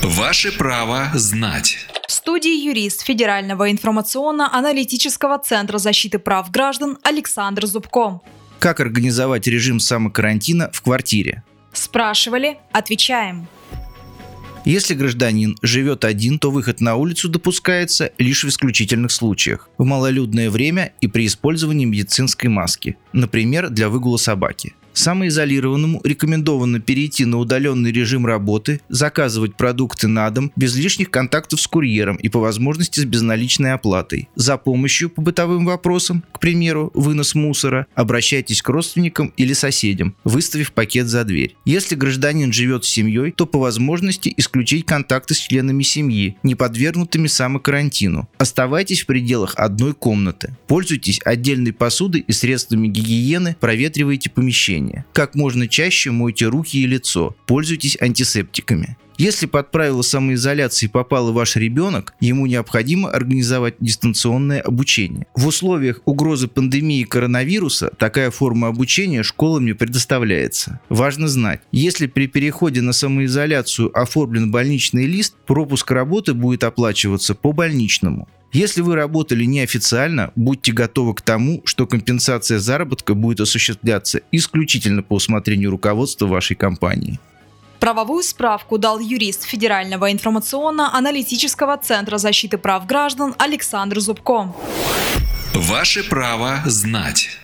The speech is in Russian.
Ваше право знать. В студии юрист Федерального информационно-аналитического центра защиты прав граждан Александр Зубко. Как организовать режим самокарантина в квартире? Спрашивали, отвечаем. Если гражданин живет один, то выход на улицу допускается лишь в исключительных случаях, в малолюдное время и при использовании медицинской маски, например, для выгула собаки. Самоизолированному рекомендовано перейти на удаленный режим работы, заказывать продукты на дом без лишних контактов с курьером и по возможности с безналичной оплатой. За помощью по бытовым вопросам, к примеру, вынос мусора, обращайтесь к родственникам или соседям, выставив пакет за дверь. Если гражданин живет с семьей, то по возможности исключить контакты с членами семьи, не подвергнутыми самокарантину. Оставайтесь в пределах одной комнаты. Пользуйтесь отдельной посудой и средствами гигиены, проветривайте помещение. Как можно чаще мойте руки и лицо, пользуйтесь антисептиками. Если под правила самоизоляции попал и ваш ребенок, ему необходимо организовать дистанционное обучение. В условиях угрозы пандемии коронавируса такая форма обучения школам не предоставляется. Важно знать, если при переходе на самоизоляцию оформлен больничный лист, пропуск работы будет оплачиваться по больничному. Если вы работали неофициально, будьте готовы к тому, что компенсация заработка будет осуществляться исключительно по усмотрению руководства вашей компании. Правовую справку дал юрист Федерального информационно-аналитического центра защиты прав граждан Александр Зубко. Ваше право знать.